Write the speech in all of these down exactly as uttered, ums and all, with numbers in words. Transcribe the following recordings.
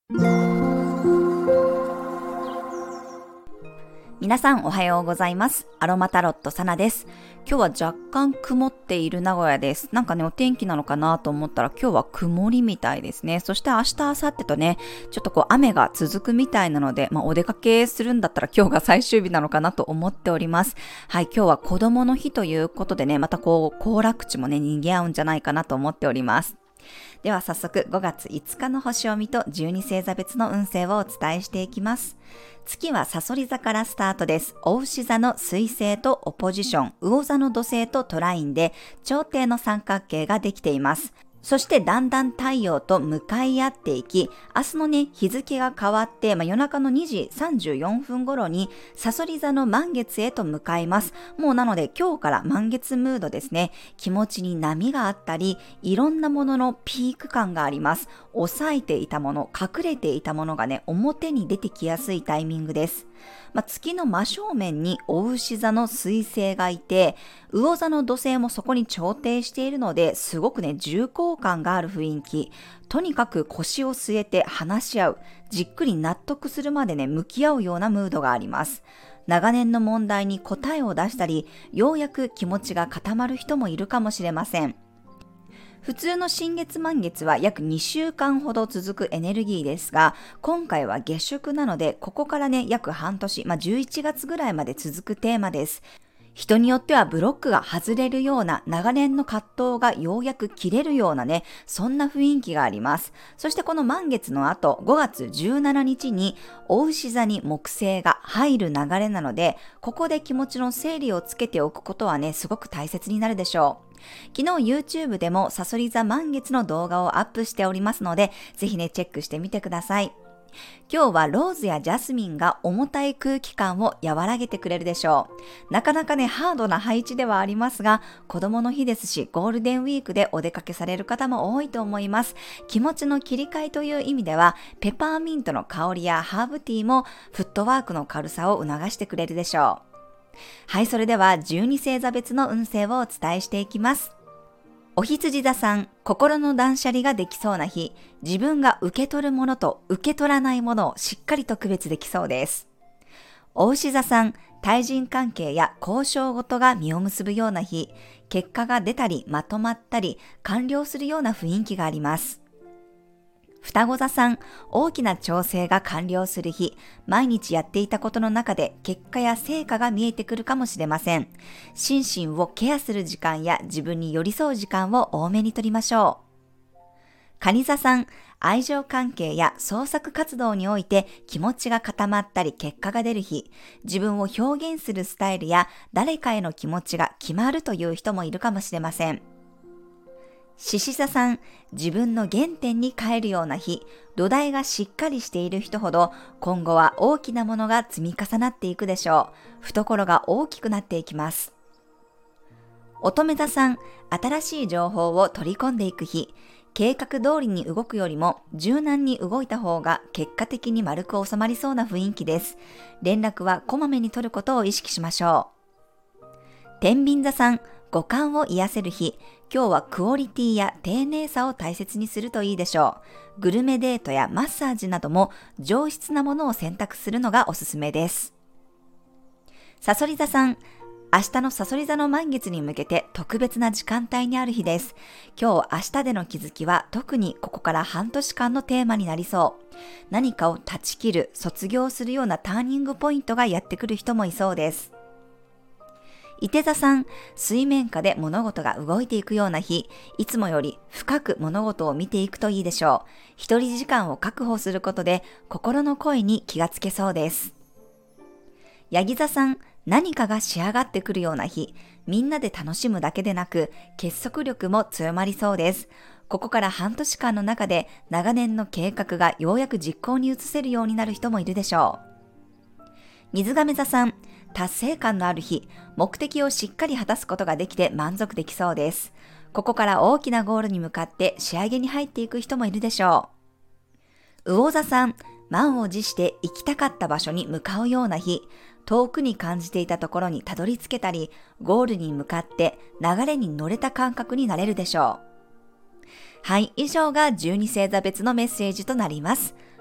皆さんおはようございます。アロマタロットサナです。今日は若干曇っている名古屋です。なんかね、お天気なのかなと思ったら今日は曇りみたいですね。そして明日、明後日とね、ちょっとこう雨が続くみたいなので、まあお出かけするんだったら今日が最終日なのかなと思っております。はい、今日は子供の日ということでね、またこう行楽地もね、賑わうんじゃないかなと思っております。では早速ごがついつかの星読みとじゅうに星座別の運勢をお伝えしていきます。月は蠍座からスタートです。牡牛座の水星とオポジション、魚座の土星とトラインで頂点の三角形ができています。そしてだんだん太陽と向かい合っていき、明日のね、日付が変わって、まあ、夜中のにじさんじゅうよんぷん頃に、蠍座の満月へと向かいます。もうなので今日から満月ムードですね。気持ちに波があったり、いろんなもののピーク感があります。抑えていたもの、隠れていたものがね、表に出てきやすいタイミングです。まあ、月の真正面に牡牛座の水星がいて、魚座の土星もそこに調停しているので、すごくね、重厚感がある雰囲気。とにかく腰を据えて話し合う。じっくり納得するまでね、向き合うようなムードがあります。長年の問題に答えを出したり、ようやく気持ちが固まる人もいるかもしれません。普通の新月満月は約にしゅうかんほど続くエネルギーですが、今回は月食なので、ここからね、約半年、まあ、じゅういちがつぐらいまで続くテーマです。人によってはブロックが外れるような、長年の葛藤がようやく切れるようなね、そんな雰囲気があります。そしてこの満月の後、ごがつじゅうしちにちに、牡牛座に木星が入る流れなので、ここで気持ちの整理をつけておくことはね、すごく大切になるでしょう。昨日 YouTube でも蠍座満月の動画をアップしておりますので、ぜひね、チェックしてみてください。今日はローズやジャスミンが重たい空気感を和らげてくれるでしょう。なかなかね、ハードな配置ではありますが、子供の日ですし、ゴールデンウィークでお出かけされる方も多いと思います。気持ちの切り替えという意味では、ペパーミントの香りやハーブティーもフットワークの軽さを促してくれるでしょう。はい、それではじゅうに星座別の運勢をお伝えしていきます。お羊座さん、心の断捨離ができそうな日、自分が受け取るものと受け取らないものをしっかりと区別できそうです。お牛座さん、対人関係や交渉事が実を結ぶような日、結果が出たりまとまったり完了するような雰囲気があります。双子座さん、大きな調整が完了する日、毎日やっていたことの中で結果や成果が見えてくるかもしれません。心身をケアする時間や自分に寄り添う時間を多めにとりましょう。蟹座さん、愛情関係や創作活動において気持ちが固まったり結果が出る日、自分を表現するスタイルや誰かへの気持ちが決まるという人もいるかもしれません。獅子座さん、自分の原点に帰るような日、土台がしっかりしている人ほど、今後は大きなものが積み重なっていくでしょう。懐が大きくなっていきます。乙女座さん、新しい情報を取り込んでいく日、計画通りに動くよりも柔軟に動いた方が結果的に丸く収まりそうな雰囲気です。連絡はこまめに取ることを意識しましょう。天秤座さん、五感を癒せる日、今日はクオリティや丁寧さを大切にするといいでしょう。グルメデートやマッサージなども上質なものを選択するのがおすすめです。蠍座さん、明日の蠍座の満月に向けて特別な時間帯にある日です。今日明日での気づきは特にここから半年間のテーマになりそう。何かを断ち切る、卒業するようなターニングポイントがやってくる人もいそうです。いて座さん、水面下で物事が動いていくような日、いつもより深く物事を見ていくといいでしょう。一人時間を確保することで心の声に気がつけそうです。ヤギ座さん、何かが仕上がってくるような日、みんなで楽しむだけでなく結束力も強まりそうです。ここから半年間の中で長年の計画がようやく実行に移せるようになる人もいるでしょう。水亀座さん、達成感のある日、目的をしっかり果たすことができて満足できそうです。ここから大きなゴールに向かって仕上げに入っていく人もいるでしょう。魚座さん、満を持して行きたかった場所に向かうような日、遠くに感じていたところにたどり着けたり、ゴールに向かって流れに乗れた感覚になれるでしょう。はい、以上がじゅうに星座別のメッセージとなります。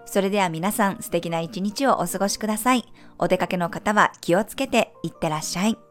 それでは皆さん素敵な一日をお過ごしください。お出かけの方は気をつけていってらっしゃい。